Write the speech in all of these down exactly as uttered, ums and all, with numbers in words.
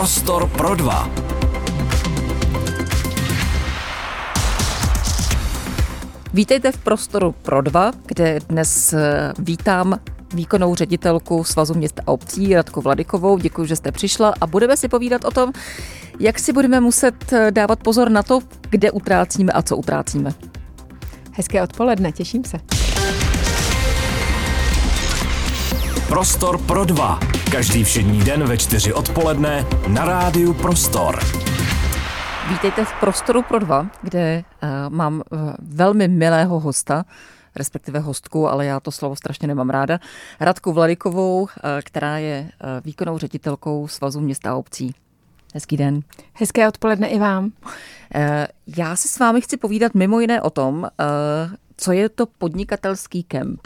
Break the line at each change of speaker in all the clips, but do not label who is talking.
Prostor pro dva.
Vítejte v Prostoru pro dva, kde dnes vítám výkonnou ředitelku Svazu měst a obcí Radku Vladykovou. Děkuji, že jste přišla a budeme si povídat o tom, jak si budeme muset dávat pozor na to, kde utrácíme a co utrácíme.
Hezké odpoledne, těším se.
Prostor pro dva. Každý všední den ve čtyři odpoledne na rádiu Prostor.
Vítejte v Prostoru pro dva, kde uh, mám uh, velmi milého hosta, respektive hostku, ale já to slovo strašně nemám ráda, Radku Vladykovou, uh, která je uh, výkonnou ředitelkou Svazu měst a obcí. Hezký den.
Hezké odpoledne i vám.
Uh, já si s vámi chci povídat mimo jiné o tom, uh, co je to podnikatelský kemp.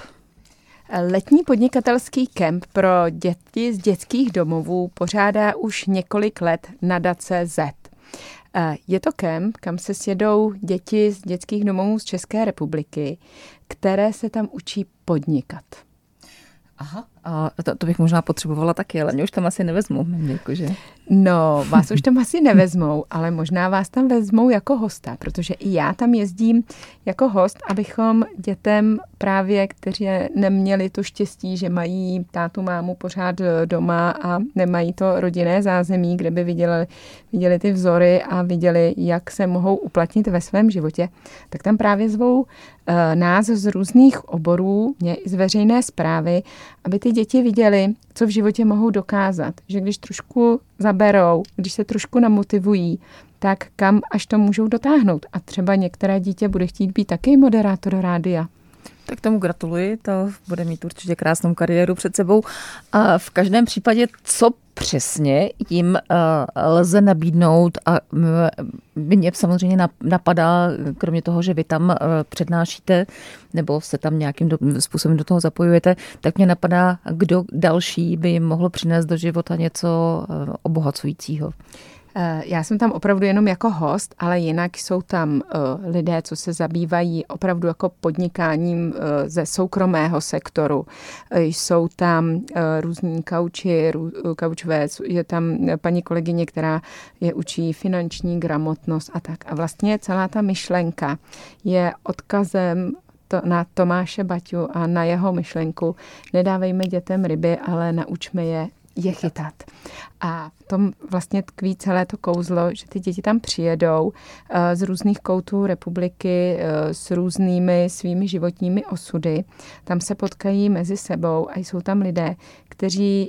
Letní podnikatelský kemp pro děti z dětských domovů pořádá už několik let nadace Z. Je to kemp, kam se sjedou děti z dětských domovů z České republiky, které se tam učí podnikat.
Aha, a to, to bych možná potřebovala taky, ale mě už tam asi nevezmou. Jakože.
No, vás už tam asi nevezmou, ale možná vás tam vezmou jako hosta, protože i já tam jezdím jako host, abychom dětem právě, kteří neměli to štěstí, že mají tátu, mámu pořád doma a nemají to rodinné zázemí, kde by viděli, viděli ty vzory a viděli, jak se mohou uplatnit ve svém životě, tak tam právě zvou uh, nás z různých oborů, mě i z veřejné správy, aby ty děti viděli, co v životě mohou dokázat, že když trošku zaberou, když se trošku namotivují, tak kam až to můžou dotáhnout. A třeba některé dítě bude chtít být taky moderátor rádia.
Tak tomu gratuluji, to bude mít určitě krásnou kariéru před sebou. A v každém případě, co přesně jim uh, lze nabídnout a mě samozřejmě napadá, kromě toho, že vy tam uh, přednášíte nebo se tam nějakým do, způsobem do toho zapojujete, tak mě napadá, kdo další by jim mohl přinést do života něco uh, obohacujícího.
Já jsem tam opravdu jenom jako host, ale jinak jsou tam uh, lidé, co se zabývají opravdu jako podnikáním uh, ze soukromého sektoru. Uh, jsou tam uh, různí kauči, rů, kaučové, je tam paní kolegyně, která je učí finanční gramotnost a tak. A vlastně celá ta myšlenka je odkazem to, na Tomáše Baťu a na jeho myšlenku. Nedávejme dětem ryby, ale naučme je je chytat. A v tom vlastně tkví celé to kouzlo, že ty děti tam přijedou z různých koutů republiky s různými svými životními osudy. Tam se potkají mezi sebou a jsou tam lidé, kteří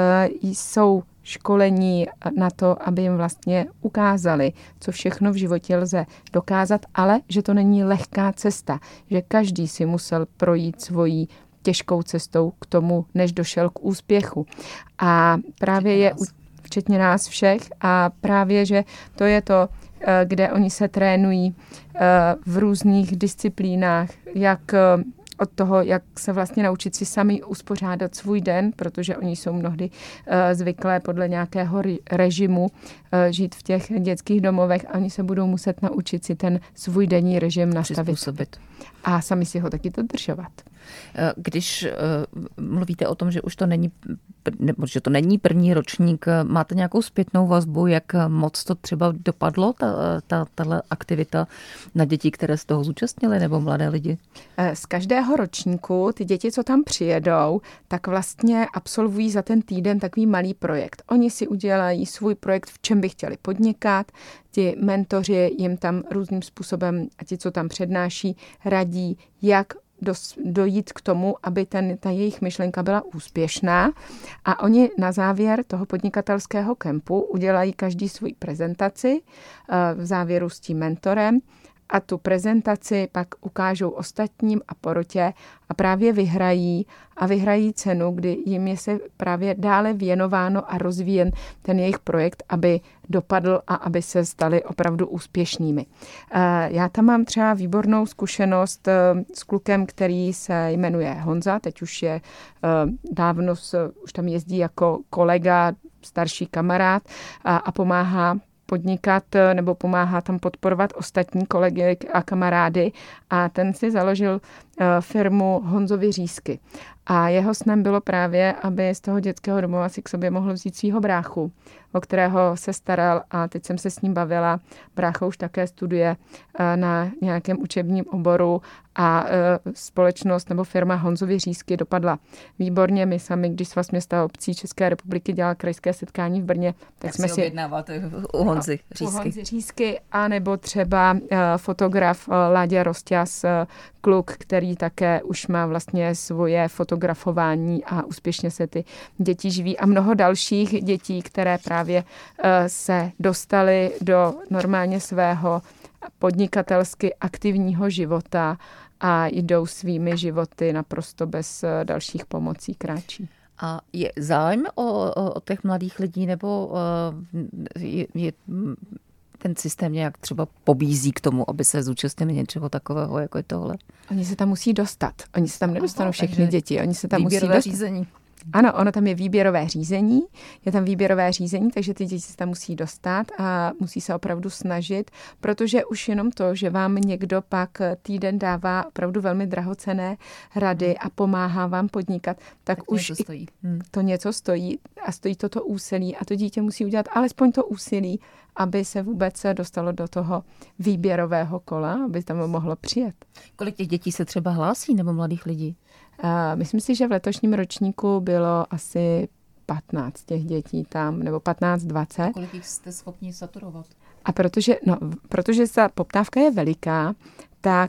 jsou školení na to, aby jim vlastně ukázali, co všechno v životě lze dokázat, ale že to není lehká cesta, že každý si musel projít svojí těžkou cestou k tomu, než došel k úspěchu. A právě je, včetně nás všech, a právě, že to je to, kde oni se trénují v různých disciplínách, jak od toho, jak se vlastně naučit si sami uspořádat svůj den, protože oni jsou mnohdy zvyklé podle nějakého režimu žít v těch dětských domovech a oni se budou muset naučit si ten svůj denní režim nastavit. A sami si ho taky dodržovat.
Když uh, mluvíte o tom, že už to není, nebo že to není první ročník, máte nějakou zpětnou vazbu, jak moc to třeba dopadlo, ta, ta, tahle aktivita na děti, které z toho zúčastnily, nebo mladé lidi?
Z každého ročníku ty děti, co tam přijedou, tak vlastně absolvují za ten týden takový malý projekt. Oni si udělají svůj projekt, v čem by chtěli podnikat, ti mentoři jim tam různým způsobem, a ti, co tam přednáší, radí, jak dojít k tomu, aby ten, ta jejich myšlenka byla úspěšná. A oni na závěr toho podnikatelského kempu udělají každý svou prezentaci v závěru s tím mentorem a tu prezentaci pak ukážou ostatním a porotě a právě vyhrají a vyhrají cenu, kdy jim je se právě dále věnováno a rozvíjen ten jejich projekt, aby dopadl a aby se stali opravdu úspěšnými. Já tam mám třeba výbornou zkušenost s klukem, který se jmenuje Honza, teď už je dávno, už tam jezdí jako kolega, starší kamarád a, a pomáhá podnikat nebo pomáhá tam podporovat ostatní kolegy a kamarády a ten si založil firmu Honzovy řízky. A jeho snem bylo právě, aby z toho dětského domova si k sobě mohl vzít svýho bráchu, o kterého se staral a teď jsem se s ním bavila. Brácha už také studuje na nějakém učebním oboru a společnost nebo firma Honzovy řízky dopadla výborně. My sami, když Svaz měst a obcí České republiky dělal krajské setkání v Brně, tak,
tak
jsme
si
si
objednáváte u Honzy řízky.
U Honzy řízky, anebo třeba fotograf Láďa Rosťas, kluk, který také už má vlastně svoje fotografování a úspěšně se ty děti živí a mnoho dalších dětí, které právě se dostaly do normálně svého podnikatelsky aktivního života a jdou svými životy naprosto bez dalších pomocí kráčí.
A je zájem o, o, o těch mladých lidí, nebo je, je ten systém nějak třeba pobízí k tomu, aby se zúčastnili něčeho takového, jako je tohle?
Oni se tam musí dostat. Oni se tam nedostanou všechny děti. Oni se tam musí dostat.
Řízení.
Ano, ono tam je výběrové řízení, je tam výběrové řízení, takže ty děti se tam musí dostat a musí se opravdu snažit, protože už jenom to, že vám někdo pak týden dává opravdu velmi drahocenné rady a pomáhá vám podnikat, tak, tak už
něco stojí. Hmm.
to něco stojí a stojí to to úsilí a to dítě musí udělat alespoň to úsilí, aby se vůbec dostalo do toho výběrového kola, aby tam mohlo přijet.
Kolik těch dětí se třeba hlásí nebo mladých lidí?
Uh, myslím si, že v letošním ročníku bylo asi patnáct těch dětí tam, nebo patnáct dvacet.
Kolik jich jste schopni saturovat?
A protože, no, protože ta poptávka je veliká, tak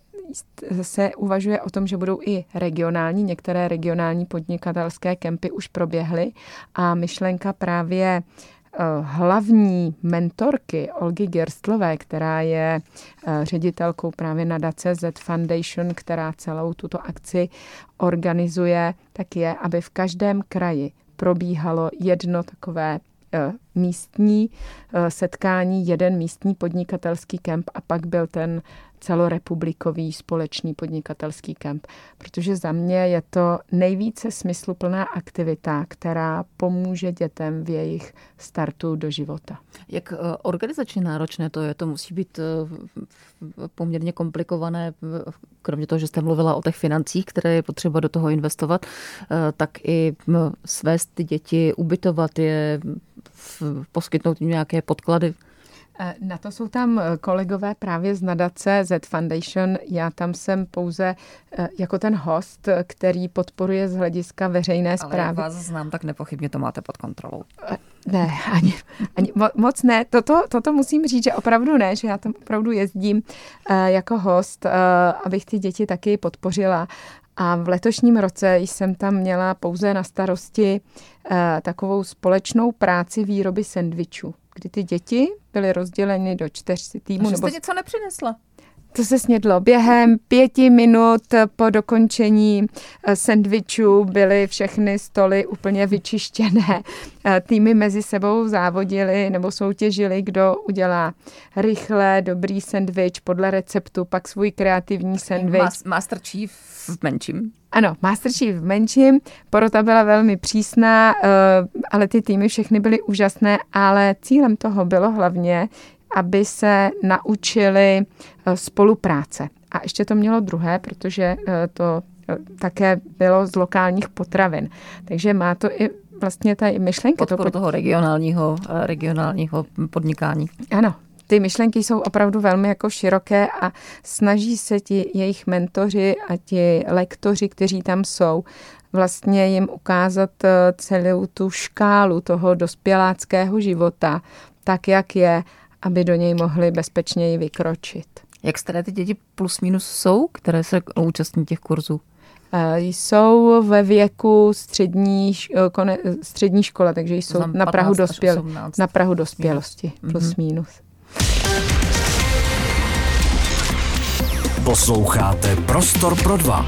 se uvažuje o tom, že budou i regionální, některé regionální podnikatelské kempy už proběhly a myšlenka právě hlavní mentorky Olgy Gerstlové, která je ředitelkou právě nadace Z Foundation, která celou tuto akci organizuje, tak je, aby v každém kraji probíhalo jedno takové místní setkání, jeden místní podnikatelský kemp a pak byl ten celorepublikový společný podnikatelský kemp. Protože za mě je to nejvíce smysluplná aktivita, která pomůže dětem v jejich startu do života.
Jak organizačně náročné to je? To musí být poměrně komplikované, kromě toho, že jste mluvila o těch financích, které je potřeba do toho investovat, tak i svést ty děti, ubytovat je, poskytnout jim nějaké podklady.
Na to jsou tam kolegové právě z nadace Z Foundation. Já tam jsem pouze jako ten host, který podporuje z hlediska veřejné správy.
Ale jak vás znám, tak nepochybně to máte pod kontrolou.
Ne, ani, ani moc ne. Toto, toto musím říct, že opravdu ne, že já tam opravdu jezdím jako host, abych ty děti taky podpořila. A v letošním roce jsem tam měla pouze na starosti takovou společnou práci výroby sendvičů, kdy ty děti byly rozděleny do čtyř týmů.
A že jste něco nepřinesla?
To se snědlo. Během pěti minut po dokončení sendvičů byly všechny stoly úplně vyčištěné. Týmy mezi sebou závodily nebo soutěžili, kdo udělá rychle, dobrý sendvič podle receptu, pak svůj kreativní sendvič.
Master Chief v menším.
Ano, Master Chief v menším. Porota byla velmi přísná, ale ty týmy všechny byly úžasné, ale cílem toho bylo hlavně, aby se naučili spolupráce. A ještě to mělo druhé, protože to také bylo z lokálních potravin. Takže má to i vlastně ta myšlenka.
Podporu to pod... toho regionálního, regionálního podnikání.
Ano. Ty myšlenky jsou opravdu velmi jako široké a snaží se ti jejich mentoři a ti lektoři, kteří tam jsou, vlastně jim ukázat celou tu škálu toho dospěláckého života, tak jak je, aby do něj mohli bezpečněji vykročit.
Jak staré ty děti plus minus jsou, které se účastní těch kurzů?
Jsou ve věku střední, kone, střední škola, takže jsou na prahu, dospěl, na prahu dospělosti, plus minus.
Posloucháte Prostor pro dva.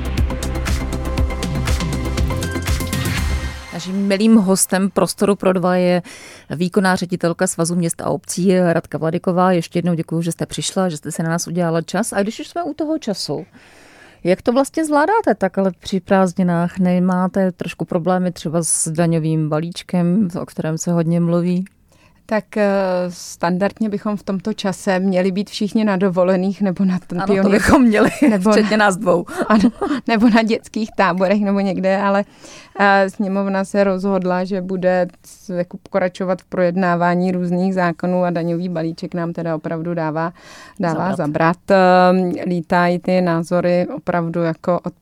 Naším milým hostem Prostoru pro dva je výkonná ředitelka Svazu měst a obcí Radka Vladyková. Ještě jednou děkuji, že jste přišla, že jste se na nás udělala čas. A když už jsme u toho času, jak to vlastně zvládáte tak, ale při prázdninách nemáte trošku problémy třeba s daňovým balíčkem, o kterém se hodně mluví?
Tak standardně bychom v tomto čase měli být všichni na dovolených nebo na
ano, pionír, to bychom měli, nebo včetně nás dvou.
Ano, nebo na dětských táborech nebo někde, ale sněmovna se rozhodla, že bude jako pokračovat v projednávání různých zákonů a daňový balíček nám teda opravdu dává, dává zabrat. zabrat. Lítají ty názory opravdu jako od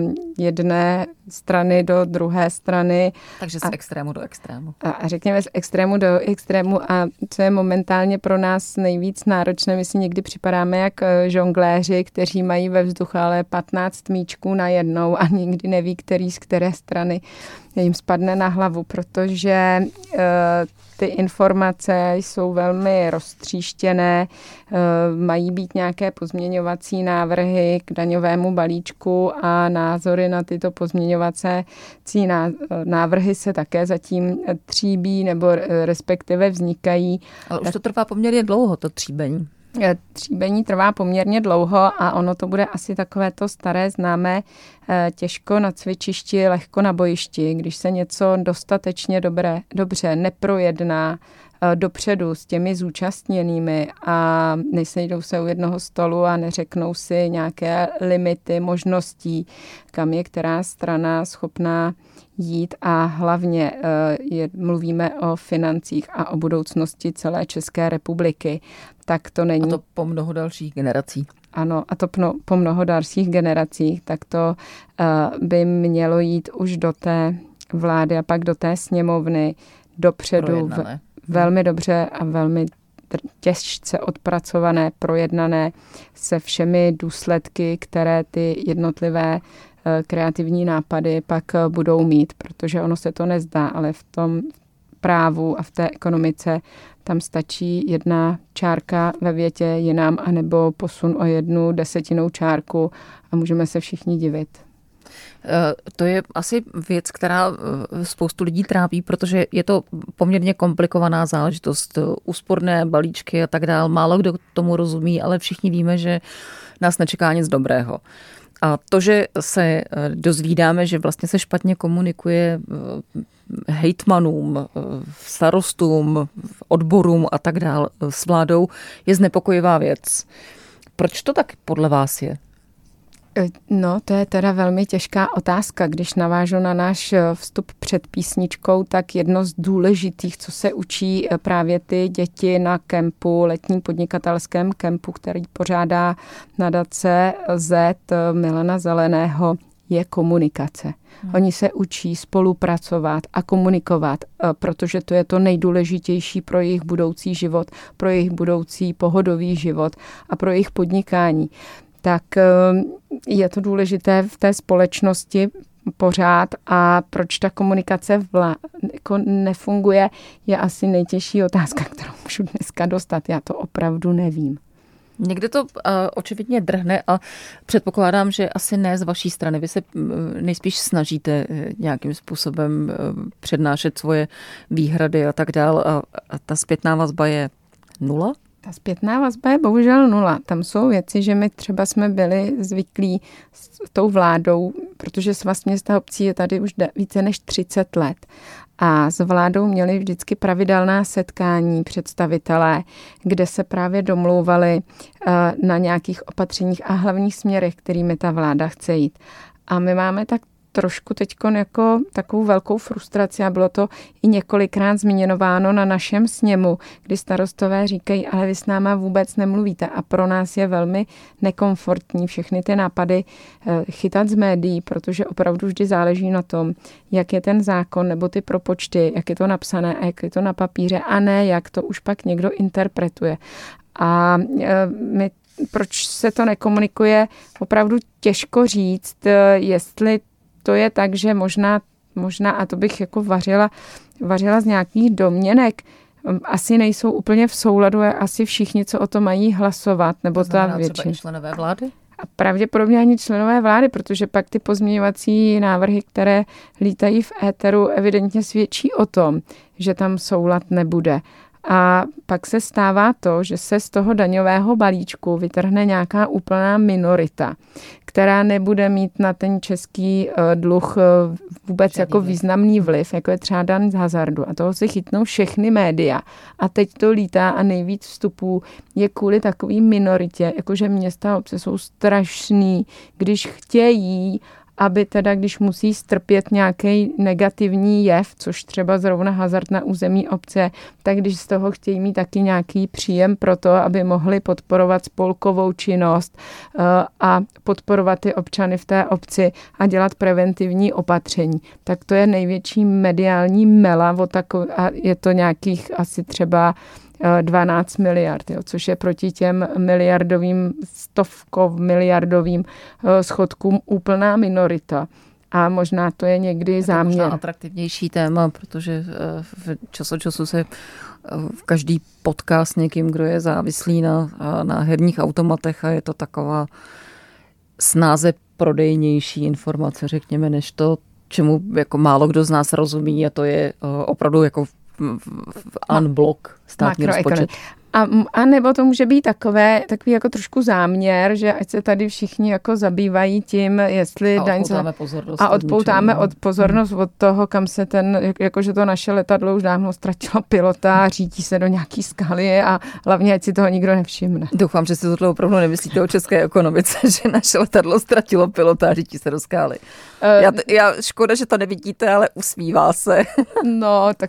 jedné strany do druhé strany.
Takže z
a,
extrému do extrému.
A, a řekněme z extrému do extrému a co je momentálně pro nás nejvíc náročné, my si někdy připadáme jak žongléři, kteří mají ve vzduchu ale patnáct míčků na jednou a nikdy neví, který z které strany jim spadne na hlavu, protože uh, ty informace jsou velmi roztříštěné, uh, mají být nějaké pozměňovací návrhy k daňovému balíčku a názory na tyto pozměňovací návrhy se také zatím tříbí nebo respektive vznikají.
Ale už to trvá poměrně dlouho, to tříbení.
Tříbení trvá poměrně dlouho a ono to bude asi takové to staré známé, těžko na cvičišti, lehko na bojišti. Když se něco dostatečně dobré, dobře neprojedná dopředu s těmi zúčastněnými a nesejdou se u jednoho stolu a neřeknou si nějaké limity možností, kam je která strana schopná jít a hlavně je, mluvíme o financích a o budoucnosti celé České republiky, tak to není...
A to po mnoho dalších generací.
Ano, a to po, po mnoho dalších generacích, tak to uh, by mělo jít už do té vlády a pak do té sněmovny dopředu v, velmi dobře a velmi těžce odpracované, projednané se všemi důsledky, které ty jednotlivé kreativní nápady pak budou mít, protože ono se to nezdá, ale v tom právu a v té ekonomice tam stačí jedna čárka ve větě jinam, anebo posun o jednu desetinou čárku a můžeme se všichni divit.
To je asi věc, která spoustu lidí trápí, protože je to poměrně komplikovaná záležitost. Úsporné balíčky a tak dál. Málo kdo tomu rozumí, ale všichni víme, že nás nečeká nic dobrého. A to, že se dozvídáme, že vlastně se špatně komunikuje hejtmanům, starostům, odborům a tak dál s vládou, je znepokojivá věc. Proč to tak podle vás je?
No, to je teda velmi těžká otázka. Když navážu na náš vstup před písničkou, tak jedno z důležitých, co se učí právě ty děti na kempu, letním podnikatelském kempu, který pořádá nadace Z Milana Zeleného, je komunikace. Oni se učí spolupracovat a komunikovat, protože to je to nejdůležitější pro jejich budoucí život, pro jejich budoucí pohodový život a pro jejich podnikání. Tak je to důležité v té společnosti pořád a proč ta komunikace vlá, jako nefunguje, je asi nejtěžší otázka, kterou můžu dneska dostat. Já to opravdu nevím.
Někde to uh, očividně drhne a předpokládám, že asi ne z vaší strany. Vy se nejspíš snažíte nějakým způsobem uh, přednášet svoje výhrady a tak dál a, a ta zpětná vazba je nula?
Ta zpětná vazba je bohužel nula. Tam jsou věci, že my třeba jsme byli zvyklí s tou vládou, protože Svaz měst a obcí je tady už více než třicet let. A s vládou měli vždycky pravidelná setkání představitelé, kde se právě domlouvali na nějakých opatřeních a hlavních směrech, kterými ta vláda chce jít. A my máme tak trošku teďkon jako takovou velkou frustraci a bylo to i několikrát zmíněnováno na našem sněmu, kdy starostové říkají, ale vy s náma vůbec nemluvíte a pro nás je velmi nekomfortní všechny ty nápady chytat z médií, protože opravdu vždy záleží na tom, jak je ten zákon nebo ty propočty, jak je to napsané a jak je to na papíře a ne, jak to už pak někdo interpretuje. A my proč se to nekomunikuje, opravdu těžko říct, jestli to je tak, že možná, možná a to bych jako vařila, vařila z nějakých domněnek, asi nejsou úplně v souladu a asi všichni, co o to mají hlasovat, nebo
to ta
většina.
Třeba i členové vlády?
A pravděpodobně ani členové vlády, protože pak ty pozměňovací návrhy, které lítají v éteru, evidentně svědčí o tom, že tam soulad nebude. A pak se stává to, že se z toho daňového balíčku vytrhne nějaká úplná minorita, která nebude mít na ten český dluh vůbec jako významný vliv, jako je třeba daň z hazardu. A toho si chytnou všechny média. A teď to lítá a nejvíc vstupů je kvůli takové minoritě, jakože města a obce jsou strašný, když chtějí, aby teda, když musí strpět nějaký negativní jev, což třeba zrovna hazard na území obce, tak když z toho chtějí mít taky nějaký příjem pro to, aby mohli podporovat spolkovou činnost a podporovat ty občany v té obci a dělat preventivní opatření. Tak to je největší mediální mela a je to nějakých asi třeba dvanáct miliard, jo, což je proti těm miliardovým, stovkov miliardovým schodkům úplná minorita. A možná to je někdy je to záměr.
Možná atraktivnější téma, protože v čas od času se v každý podcast s někým, kdo je závislý na, na herních automatech a je to taková snáze prodejnější informace, řekněme, než to, čemu jako málo kdo z nás rozumí, a to je opravdu jako unblock státní rozpočet.
A, a nebo to může být takové, takový jako trošku záměr, že ať se tady všichni jako zabývají tím, jestli
a
daň
odpoutáme pozornost.
A odpoutáme od pozornost od toho, kam se ten, jakože to naše letadlo už dávno ztratilo pilota a řítí se do nějaký skaly a hlavně, ať si toho nikdo nevšimne.
Doufám, že si tohle opravdu nemyslíte o české ekonomice, že naše letadlo ztratilo pilota a řítí se do skály. Uh, já, já, škoda, že to nevidíte, ale usmívá se.
No, tak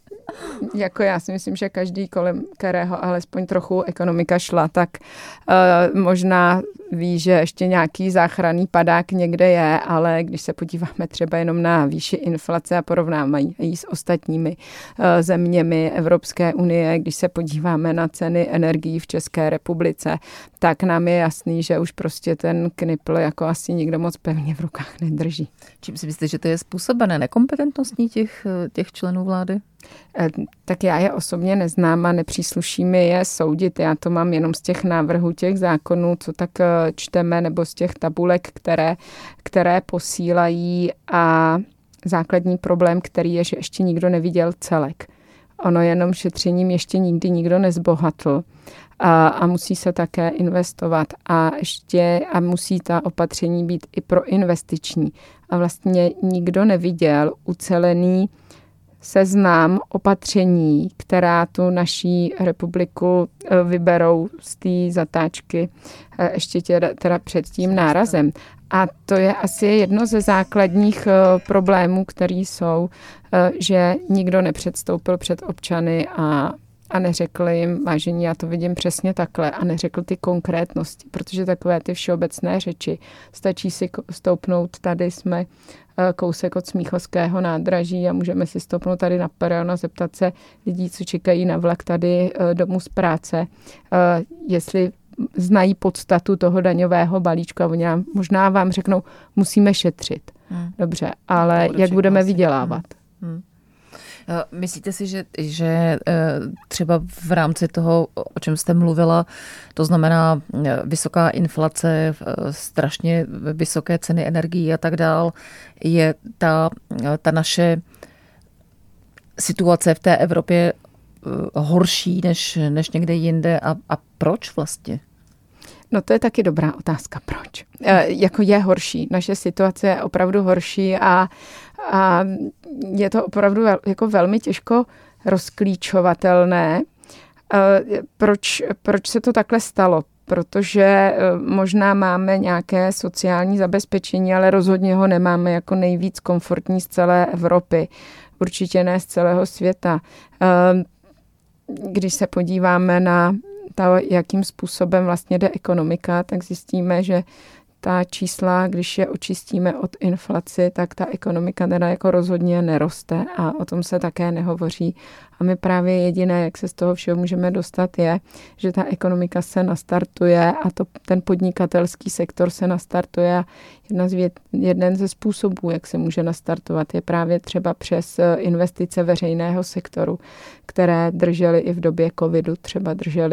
jako já si myslím, že každý, kolem kterého alespoň trochu ekonomika šla, tak uh, možná ví, že ještě nějaký záchranný padák někde je, ale když se podíváme třeba jenom na výši inflace a porovnáme ji s ostatními uh, zeměmi Evropské unie, když se podíváme na ceny energií v České republice, tak nám je jasný, že už prostě ten knipl jako asi nikdo moc pevně v rukách nedrží.
Čím si myslíte, že to je způsobené nekompetentností těch, těch členů vlády?
Tak já je osobně neznám a nepřísluší mi je soudit. Já to mám jenom z těch návrhů těch zákonů, co tak čteme, nebo z těch tabulek, které, které posílají, a základní problém, který je, že ještě nikdo neviděl celek. Ono jenom šetřením ještě nikdy nikdo nezbohatl. A, a musí se také investovat a ještě a musí ta opatření být i proinvestiční. A vlastně nikdo neviděl ucelený seznam opatření, která tu naší republiku vyberou z té zatáčky ještě teda, teda před tím nárazem. A to je asi jedno ze základních problémů, které jsou, že nikdo nepředstoupil před občany a a neřekl jim, vážení, já to vidím přesně takhle, a neřekl ty konkrétnosti, protože takové ty všeobecné řeči, stačí si stoupnout, tady jsme kousek od Smíchovského nádraží a můžeme si stoupnout tady na peron a zeptat se lidí, co čekají na vlak tady domů z práce, jestli znají podstatu toho daňového balíčku, a oni nám, možná vám řeknou, musíme šetřit. Hmm. Dobře, ale jak budeme vydělávat? Hmm. Hmm.
Myslíte si, že, že třeba v rámci toho, o čem jste mluvila, to znamená vysoká inflace, strašně vysoké ceny energií a tak dál, je ta, ta naše situace v té Evropě horší než, než někde jinde, a, a proč vlastně?
No to je taky dobrá otázka, proč. E, jako je horší, naše situace je opravdu horší a, a je to opravdu vel, jako velmi těžko rozklíčovatelné. E, proč, proč se to takhle stalo? Protože možná máme nějaké sociální zabezpečení, ale rozhodně ho nemáme jako nejvíc komfortní z celé Evropy. Určitě ne z celého světa. E, když se podíváme na to, jakým způsobem vlastně jde ekonomika, tak zjistíme, že ta čísla, když je očistíme od inflaci, tak ta ekonomika teda jako rozhodně neroste a o tom se také nehovoří. A my právě jediné, jak se z toho všeho můžeme dostat, je, že ta ekonomika se nastartuje a to, ten podnikatelský sektor se nastartuje. Jedna z věd, jeden ze způsobů, jak se může nastartovat, je právě třeba přes investice veřejného sektoru, které držely i v době covidu, třeba držely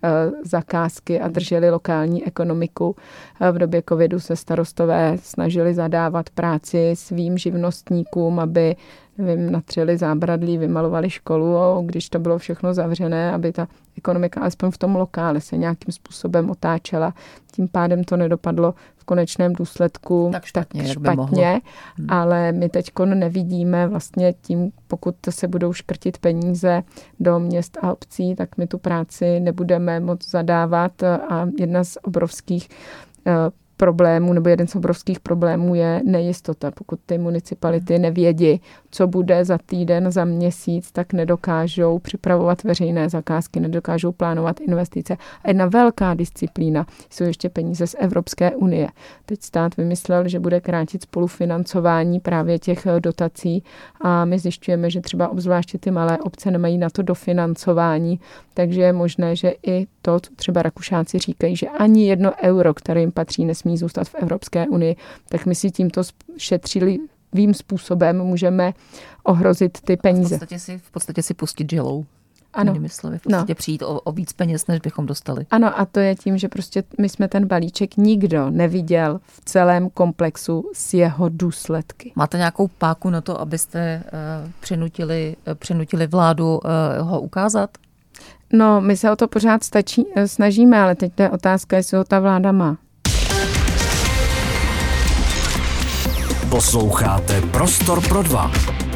zakázky a drželi lokální ekonomiku. V době covidu se starostové snažili zadávat práci svým živnostníkům, aby nevím, natřeli zábradlí, vymalovali školu, a když to bylo všechno zavřené, aby ta ekonomika alespoň v tom lokále se nějakým způsobem otáčela. Tím pádem to nedopadlo v konečném důsledku
tak špatně,
tak
jak by
špatně
hmm.
ale my teď nevidíme vlastně tím, pokud se budou škrtit peníze do měst a obcí, tak my tu práci nebudeme moc zadávat a jedna z obrovských problémů, nebo jeden z obrovských problémů je nejistota. Pokud ty municipality nevědí, co bude za týden, za měsíc, tak nedokážou připravovat veřejné zakázky, nedokážou plánovat investice. A jedna velká disciplína jsou ještě peníze z Evropské unie. Teď stát vymyslel, že bude krátit spolufinancování právě těch dotací a my zjišťujeme, že třeba obzvláště ty malé obce nemají na to dofinancování, takže je možné, že i to, co třeba Rakušáci říkají, že ani jedno euro, které jim patří, nesmí zůstat v Evropské unii, tak my si tímto šetřivým způsobem můžeme ohrozit ty peníze.
V podstatě si, v podstatě si pustit žilou.
Ano.
Mysli, v podstatě
no.
přijít o, o víc peněz, než bychom dostali.
Ano, a to je tím, že prostě my jsme ten balíček nikdo neviděl v celém komplexu s jeho důsledky.
Máte nějakou páku na to, abyste uh, přinutili, uh, přinutili vládu uh, ho ukázat?
No, my se o to pořád stačí, snažíme, ale teď to je otázka, jestli ho ta vláda má.
Posloucháte Prostor pro dva.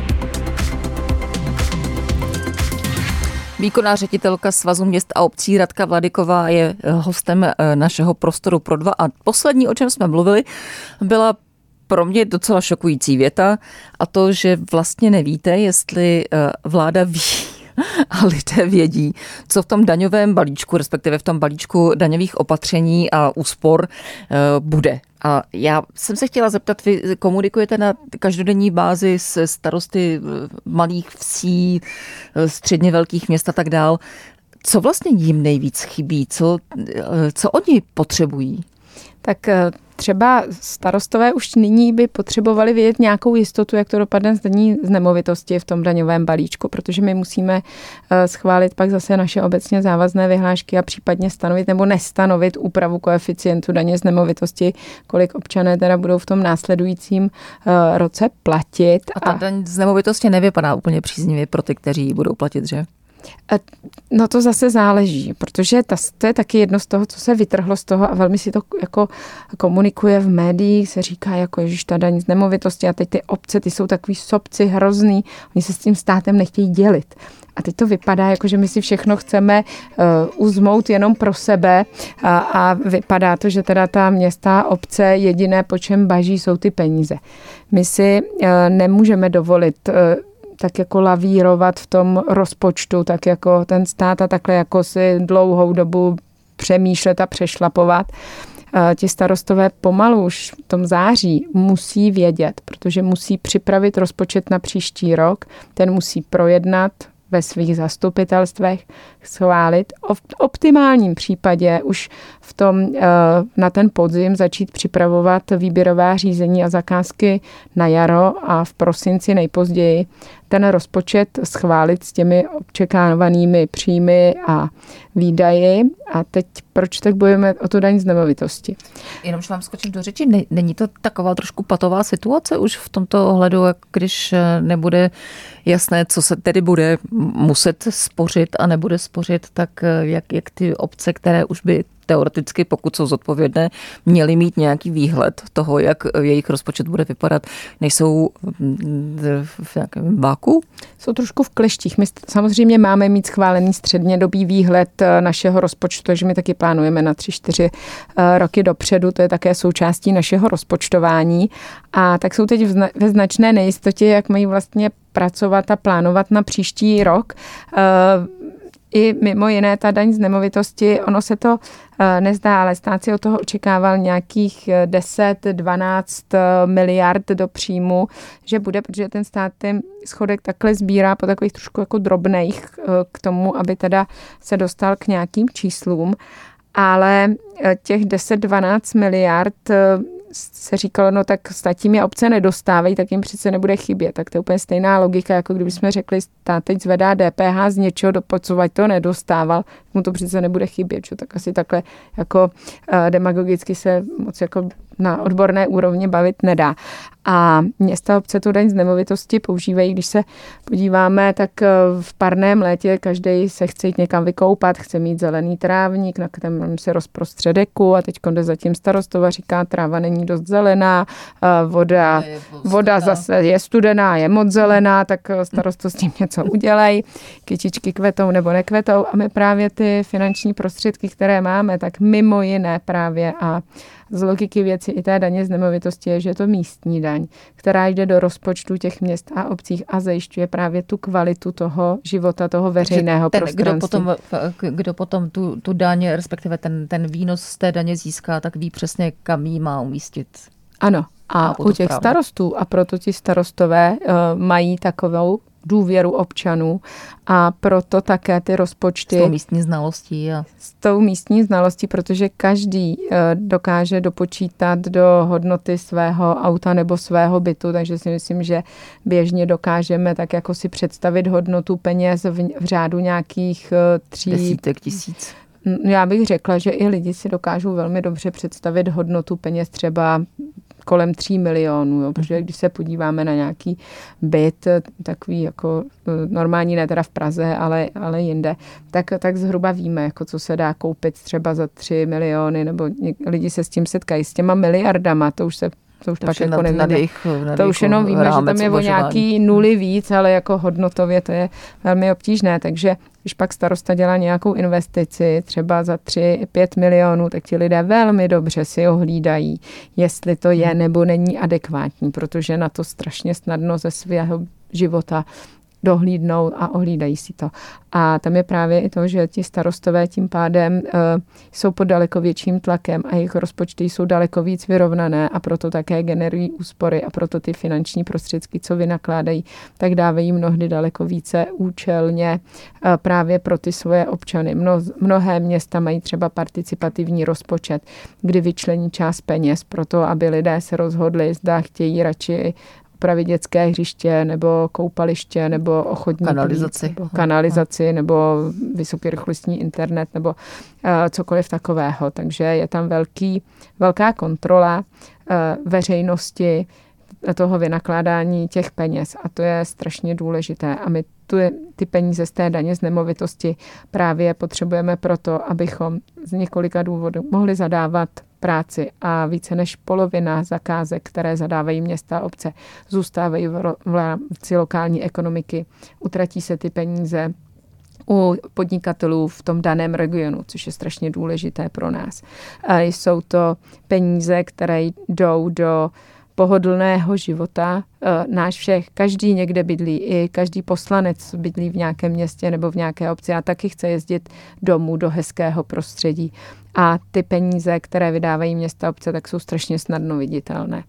Výkonná ředitelka Svazu měst a obcí Radka Vladyková je hostem našeho Prostoru pro dva a poslední, o čem jsme mluvili, byla pro mě docela šokující věta a to, že vlastně nevíte, jestli vláda ví a lidé vědí, co v tom daňovém balíčku, respektive v tom balíčku daňových opatření a úspor bude. A já jsem se chtěla zeptat, vy komunikujete na každodenní bázi s starosty malých vsí, středně velkých měst a tak dál. Co vlastně jim nejvíc chybí? Co, co oni potřebují?
Tak třeba starostové už nyní by potřebovali vědět nějakou jistotu, jak to dopadne z daní z nemovitosti v tom daňovém balíčku, protože my musíme schválit pak zase naše obecně závazné vyhlášky a případně stanovit nebo nestanovit úpravu koeficientu daně z nemovitosti, kolik občané teda budou v tom následujícím roce platit.
A ta daň z nemovitosti nevypadá úplně příznivě pro ty, kteří budou platit, že?
No to zase záleží, protože ta, to je taky jedno z toho, co se vytrhlo z toho a velmi si to jako komunikuje v médiích, se říká jako ježiš, ta daň z nemovitosti a teď ty obce, ty jsou takový sobci hrozný, oni se s tím státem nechtějí dělit. A teď to vypadá, jako že my si všechno chceme uh, uzmout jenom pro sebe a, a vypadá to, že teda ta města a obce jediné, po čem baží, jsou ty peníze. My si uh, nemůžeme dovolit uh, tak jako lavírovat v tom rozpočtu, tak jako ten stát a takhle jako si dlouhou dobu přemýšlet a přešlapovat. Ti starostové pomalu už v tom září musí vědět, protože musí připravit rozpočet na příští rok, ten musí projednat ve svých zastupitelstvech, schválit. V optimálním případě už v tom, na ten podzim začít připravovat výběrová řízení a zakázky na jaro a v prosinci nejpozději ten rozpočet schválit s těmi očekávanými příjmy a výdaji. A teď proč tak bojujeme o tu daň z nemovitosti?
Jenom, že vám skočím do řeči, není to taková trošku patová situace už v tomto ohledu, když nebude jasné, co se tedy bude muset spořit a nebude spořit, tak jak, jak ty obce, které už by teoreticky, pokud jsou zodpovědné, měli mít nějaký výhled toho, jak jejich rozpočet bude vypadat, nejsou v nějakém váku?
Jsou trošku v kleštích. My samozřejmě máme mít schválený střednědobý výhled našeho rozpočtu, takže my taky plánujeme na tři, čtyři roky dopředu, to je také součástí našeho rozpočtování. A tak jsou teď ve značné nejistotě, jak mají vlastně pracovat a plánovat na příští rok. I mimo jiné ta daň z nemovitosti, ono se to nezdá, ale stát si od toho očekával nějakých deset dvanáct miliard do příjmu, že bude, protože ten stát ten schodek takhle sbírá po takových trošku jako drobných k tomu, aby teda se dostal k nějakým číslům. Ale těch deset dvanáct miliard se říkalo, no tak stát tím je obce nedostávají, tak jim přece nebude chybět. Tak to je úplně stejná logika, jako kdybychom řekli, stát teď zvedá D P H z něčeho, dokud to nedostával, mu to přece nebude chybět, čo? Tak asi takhle jako demagogicky se moc jako na odborné úrovni bavit nedá. A města obce tu daň z nemovitosti používají, když se podíváme, tak v parném létě každý se chce jít někam vykoupat, chce mít zelený trávník, na kterém se rozprostře deku a teď jde zatím starostova, říká, tráva není dost zelená, voda, voda zase je studená, je moc zelená, tak starosto s tím něco udělej, kytičky kvetou nebo nekvetou a my právě ty finanční prostředky, které máme, tak mimo jiné právě a z logiky věci i té daně z nemovitosti je, že je to místní daň, která jde do rozpočtu těch měst a obcích a zajišťuje právě tu kvalitu toho života, toho veřejného
ten,
prostranství.
Kdo potom, kdo potom tu, tu daň, respektive ten, ten výnos z té daně získá, tak ví přesně, kam jí má umístit.
Ano. A u těch správně. starostů, a proto ti starostové uh, mají takovou důvěru občanů a proto také ty rozpočty...
S tou místní znalostí. A...
S tou místní znalostí, protože každý uh, dokáže dopočítat do hodnoty svého auta nebo svého bytu, takže si myslím, že běžně dokážeme tak jako si představit hodnotu peněz v, v řádu nějakých uh, tří...
Desítek tisíc.
Já bych řekla, že i lidi si dokážou velmi dobře představit hodnotu peněz třeba kolem tří milionů, jo, protože když se podíváme na nějaký byt, takový jako normální, ne teda v Praze, ale, ale jinde, tak, tak zhruba víme, jako co se dá koupit třeba za tři miliony, nebo lidi se s tím setkají, s těma miliardama, to už se to už to pak jako nevíme. To už jenom víme, že tam je o nějaký nuly víc, ale jako hodnotově to je velmi obtížné, takže když pak starosta dělá nějakou investici, třeba za tři, pět milionů, tak ti lidé velmi dobře si ohlídají, jestli to je nebo není adekvátní, protože na to strašně snadno ze svého života dohlídnou a ohlídají si to. A tam je právě i to, že ti starostové tím pádem uh, jsou pod daleko větším tlakem a jejich rozpočty jsou daleko víc vyrovnané a proto také generují úspory a proto ty finanční prostředky, co vynakládají, tak dávají mnohdy daleko více účelně uh, právě pro ty svoje občany. Mno, mnohé města mají třeba participativní rozpočet, kdy vyčlení část peněz pro to, aby lidé se rozhodli, zda chtějí radši opravit dětské hřiště, nebo koupaliště, nebo ochodní
kanalizaci,
nebo, kanalizaci, nebo vysokorychlostní internet, nebo uh, cokoliv takového. Takže je tam velký, velká kontrola uh, veřejnosti toho vynakládání těch peněz a to je strašně důležité. A my tu je, ty peníze z té daně z nemovitosti právě potřebujeme proto, abychom z několika důvodů mohli zadávat práci a více než polovina zakázek, které zadávají města a obce, zůstávají v, v rámci lokální ekonomiky. Utratí se ty peníze u podnikatelů v tom daném regionu, což je strašně důležité pro nás. A jsou to peníze, které jdou do pohodlného života. Náš všech, každý někde bydlí, i každý poslanec bydlí v nějakém městě nebo v nějaké obci a taky chce jezdit domů do hezkého prostředí. A ty peníze, které vydávají města a obce, tak jsou strašně snadno viditelné.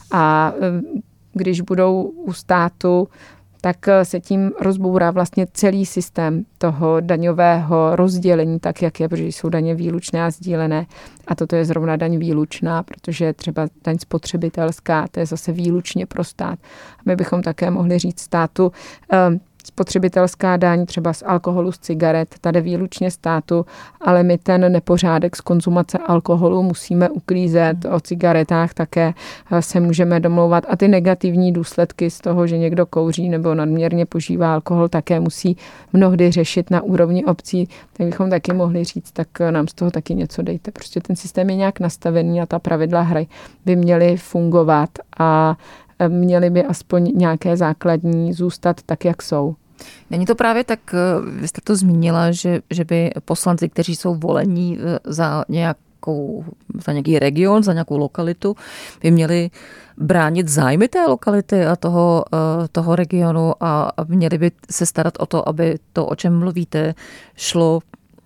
A když budou u státu, tak se tím rozbourá vlastně celý systém toho daňového rozdělení, tak jak je, protože jsou daně výlučné a sdílené. A toto je zrovna daň výlučná, protože třeba daň spotřebitelská, to je zase výlučně pro stát. A my bychom také mohli říct státu, spotřebitelská daň třeba z alkoholu, z cigaret, tady výlučně státu, ale my ten nepořádek z konzumace alkoholu musíme uklízet, o cigaretách také se můžeme domlouvat a ty negativní důsledky z toho, že někdo kouří nebo nadměrně požívá alkohol, také musí mnohdy řešit na úrovni obcí, tak bychom taky mohli říct, tak nám z toho taky něco dejte. Prostě ten systém je nějak nastavený a ta pravidla hry by měly fungovat a měly by aspoň nějaké základní zůstat tak, jak jsou.
Není to právě tak, vy jste to zmínila, že, že by poslanci, kteří jsou volení za nějakou, za nějaký region, za nějakou lokalitu, by měli bránit zájmy té lokality a toho, toho regionu a měli by se starat o to, aby to, o čem mluvíte, šlo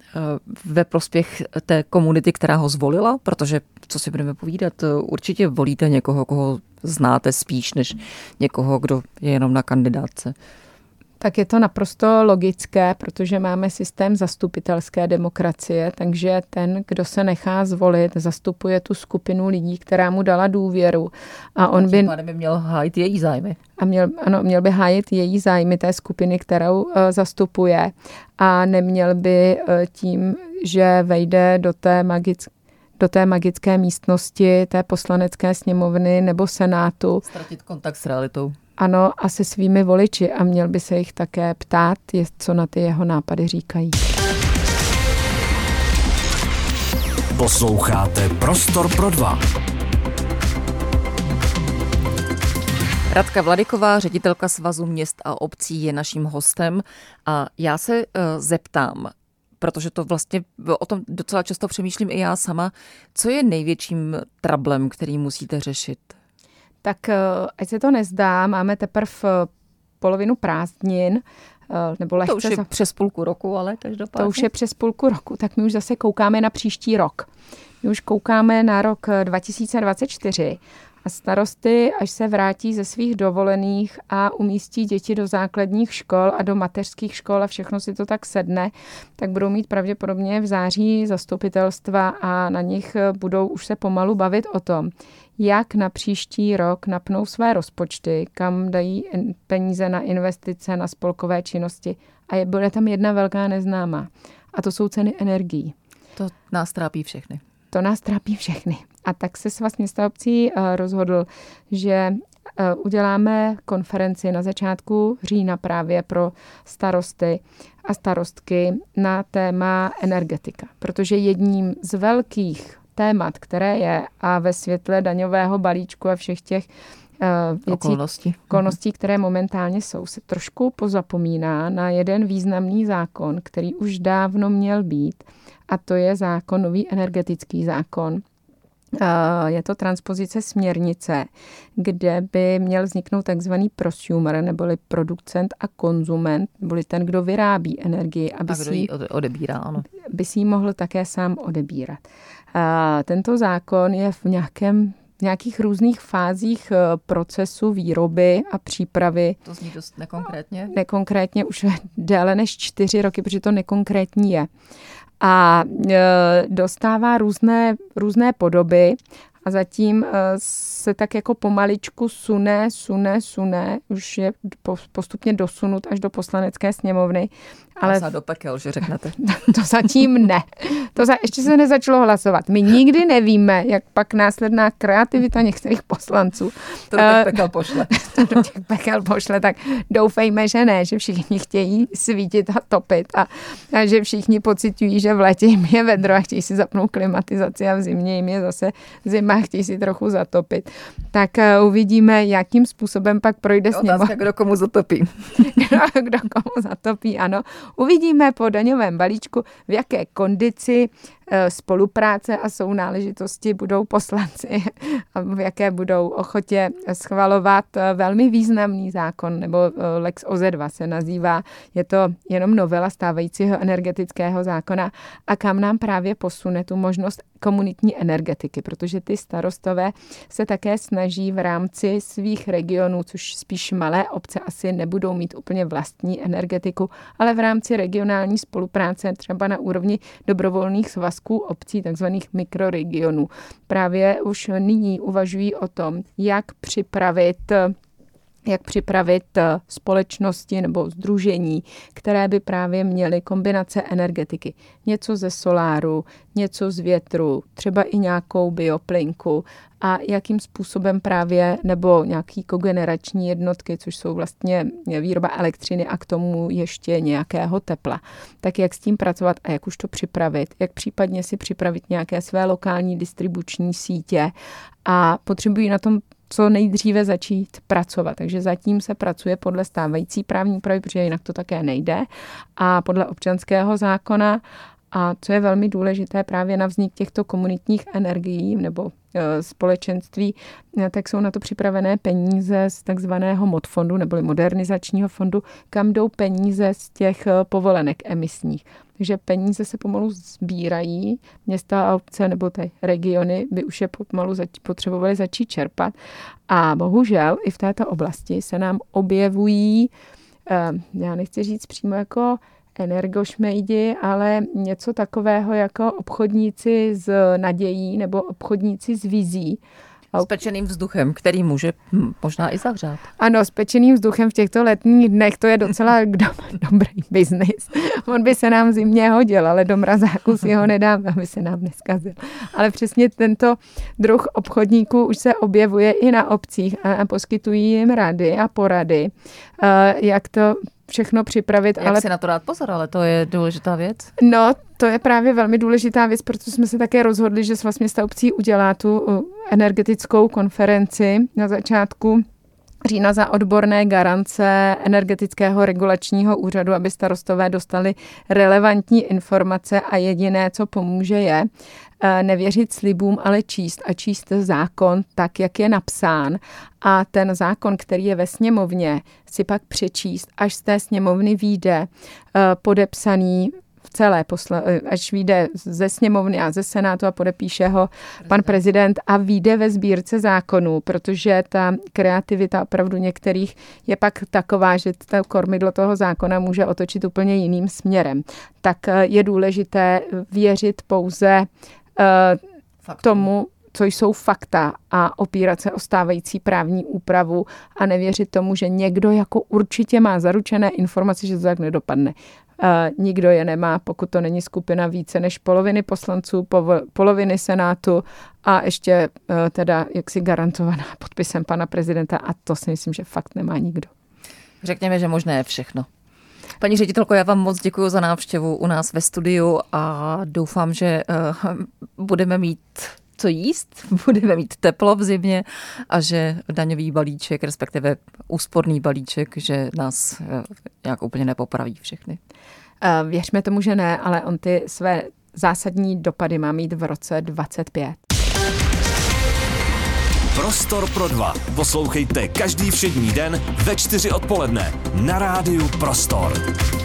ve prospěch té komunity, která ho zvolila, protože, co si budeme povídat, určitě volíte někoho, koho znáte spíš, než někoho, kdo je jenom na kandidátce.
Tak je to naprosto logické, protože máme systém zastupitelské demokracie, takže ten, kdo se nechá zvolit, zastupuje tu skupinu lidí, která mu dala důvěru. A on by,
by měl hájit její zájmy.
A měl, ano, měl by hájit její zájmy té skupiny, kterou uh, zastupuje. A neměl by uh, tím, že vejde do té magické do té magické místnosti, té poslanecké sněmovny nebo senátu.
Ztratit kontakt s realitou.
Ano, a se svými voliči a měl by se jich také ptát, co na ty jeho nápady říkají.
Posloucháte Prostor pro dva.
Radka Vladyková, ředitelka Svazu měst a obcí, je naším hostem a já se uh, zeptám, protože to vlastně o tom docela často přemýšlím i já sama, co je největším trablem, který musíte řešit?
Tak ať se to nezdá, máme teprve polovinu prázdnin, nebo lehce...
To už je za... přes půlku roku, ale každopádně.
To už je přes půlku roku, tak my už zase koukáme na příští rok. My už koukáme na rok dva tisíce dvacet čtyři a starosty, až se vrátí ze svých dovolených a umístí děti do základních škol a do mateřských škol a všechno si to tak sedne, tak budou mít pravděpodobně v září zastupitelstva a na nich budou už se pomalu bavit o tom, jak na příští rok napnou své rozpočty, kam dají peníze na investice, na spolkové činnosti. A je, bude tam jedna velká neznámá. A to jsou ceny energií.
To nás trápí všechny.
To nás trápí všechny. A tak se Svaz měst a obcí rozhodl, že uděláme konferenci na začátku října právě pro starosty a starostky na téma energetika. Protože jedním z velkých témat, které je a ve světle daňového balíčku a všech těch uh, věcí,
okolností.
okolností, které momentálně jsou, se trošku pozapomíná na jeden významný zákon, který už dávno měl být, a to je zákon, nový energetický zákon. Uh, je to transpozice směrnice, kde by měl vzniknout takzvaný prosumer, neboli producent a konzument, neboli ten, kdo vyrábí energii, aby
a kdo
si
ji odebírá, ano.
by si ji mohl také sám odebírat. Uh, tento zákon je v nějakém v nějakých různých fázích procesu výroby a přípravy.
To zní dost nekonkrétně.
Nekonkrétně už déle než čtyři roky, protože to nekonkrétní je. A e, dostává různé, různé podoby a zatím e, se tak jako pomaličku sune, sune, sune, už je postupně dosunut až do poslanecké sněmovny.
Ale do pekel, že řeknete.
To zatím ne. To za, ještě se nezačalo hlasovat. My nikdy nevíme, jak pak následná kreativita některých poslanců
to do těch pekel pošle.
To do těch pekel pošle, tak doufejme, že ne, že všichni chtějí svítit a topit a, a že všichni pociťují, že v létě jim je vedro a chtějí si zapnout klimatizaci a v zimě jim je zase zima a chtějí si trochu zatopit. Tak uh, uvidíme, jakým způsobem pak projde sněmovna.
Otázka, kdo komu zatopí.
kdo, kdo komu zatopí, ano. Uvidíme po daňovém balíčku, v jaké kondici spolupráce a sounáležitosti budou poslanci a v jaké budou ochotě schvalovat velmi významný zákon, nebo Lex O Z dva se nazývá. Je to jenom novela stávajícího energetického zákona a kam nám právě posune tu možnost komunitní energetiky, protože ty starostové se také snaží v rámci svých regionů, což spíš malé obce asi nebudou mít úplně vlastní energetiku, ale v rámci regionální spolupráce třeba na úrovni dobrovolných svazků obcí, takzvaných mikroregionů. Právě už nyní uvažují o tom, jak připravit jak připravit společnosti nebo sdružení, které by právě měly kombinace energetiky. Něco ze soláru, něco z větru, třeba i nějakou bioplynku a jakým způsobem právě, nebo nějaký kogenerační jednotky, což jsou vlastně výroba elektřiny a k tomu ještě nějakého tepla. Tak jak s tím pracovat a jak už to připravit, jak případně si připravit nějaké své lokální distribuční sítě a potřebují na tom co nejdříve začít pracovat. Takže zatím se pracuje podle stávající právní úpravy, protože jinak to také nejde, a podle občanského zákona. A co je velmi důležité právě na vznik těchto komunitních energií nebo e, společenství, e, tak jsou na to připravené peníze z takzvaného M O D fondu neboli modernizačního fondu, kam jdou peníze z těch e, povolenek emisních. Takže peníze se pomalu sbírají, města a obce nebo ty regiony by už je pomalu zač- potřebovaly začít čerpat. A bohužel i v této oblasti se nám objevují já nechci říct přímo jako energošmejdi, ale něco takového jako obchodníci s nadějí nebo obchodníci s vizí.
S pečeným vzduchem, který může možná i zahřát.
Ano, s pečeným vzduchem v těchto letních dnech, to je docela do, dobrý biznis. On by se nám zimně hodil, ale do mrazáku si ho nedám, aby se nám neskazil. Ale přesně tento druh obchodníků už se objevuje i na obcích a poskytují jim rady a porady, jak to všechno připravit.
Jak
ale...
si na to dát pozor, ale to je důležitá věc.
No, to je právě velmi důležitá věc, protože jsme se také rozhodli, že Svaz měst a obcí udělá tu energetickou konferenci na začátku října za odborné garance energetického regulačního úřadu, aby starostové dostali relevantní informace a jediné, co pomůže, je nevěřit slibům, ale číst a číst zákon tak, jak je napsán. A ten zákon, který je ve sněmovně, si pak přečíst, až z té sněmovny vyjde podepsaný v celé, posla, až vyjde ze sněmovny a ze senátu a podepíše ho pan prezident a vyjde ve sbírce zákonů, protože ta kreativita opravdu některých je pak taková, že to kormidlo toho zákona může otočit úplně jiným směrem. Tak je důležité věřit pouze uh, tomu, co jsou fakta a opírat se o stávající právní úpravu a nevěřit tomu, že někdo jako určitě má zaručené informace, že to tak nedopadne. Uh, nikdo je nemá, pokud to není skupina více než poloviny poslanců, pov- poloviny senátu a ještě uh, teda jaksi garantovaná podpisem pana prezidenta a to si myslím, že fakt nemá nikdo.
Řekněme, že možné je všechno. Paní ředitelko, já vám moc děkuji za návštěvu u nás ve studiu a doufám, že uh, budeme mít co jíst, budeme mít teplo v zimě a že daňový balíček, respektive úsporný balíček, že nás uh, nějak úplně nepopraví všechny.
Uh, věřme tomu, že ne, ale on ty své zásadní dopady má mít v roce dvacet pět.
Prostor pro dva. Poslouchejte každý všední den ve čtyři odpoledne na rádiu Prostor.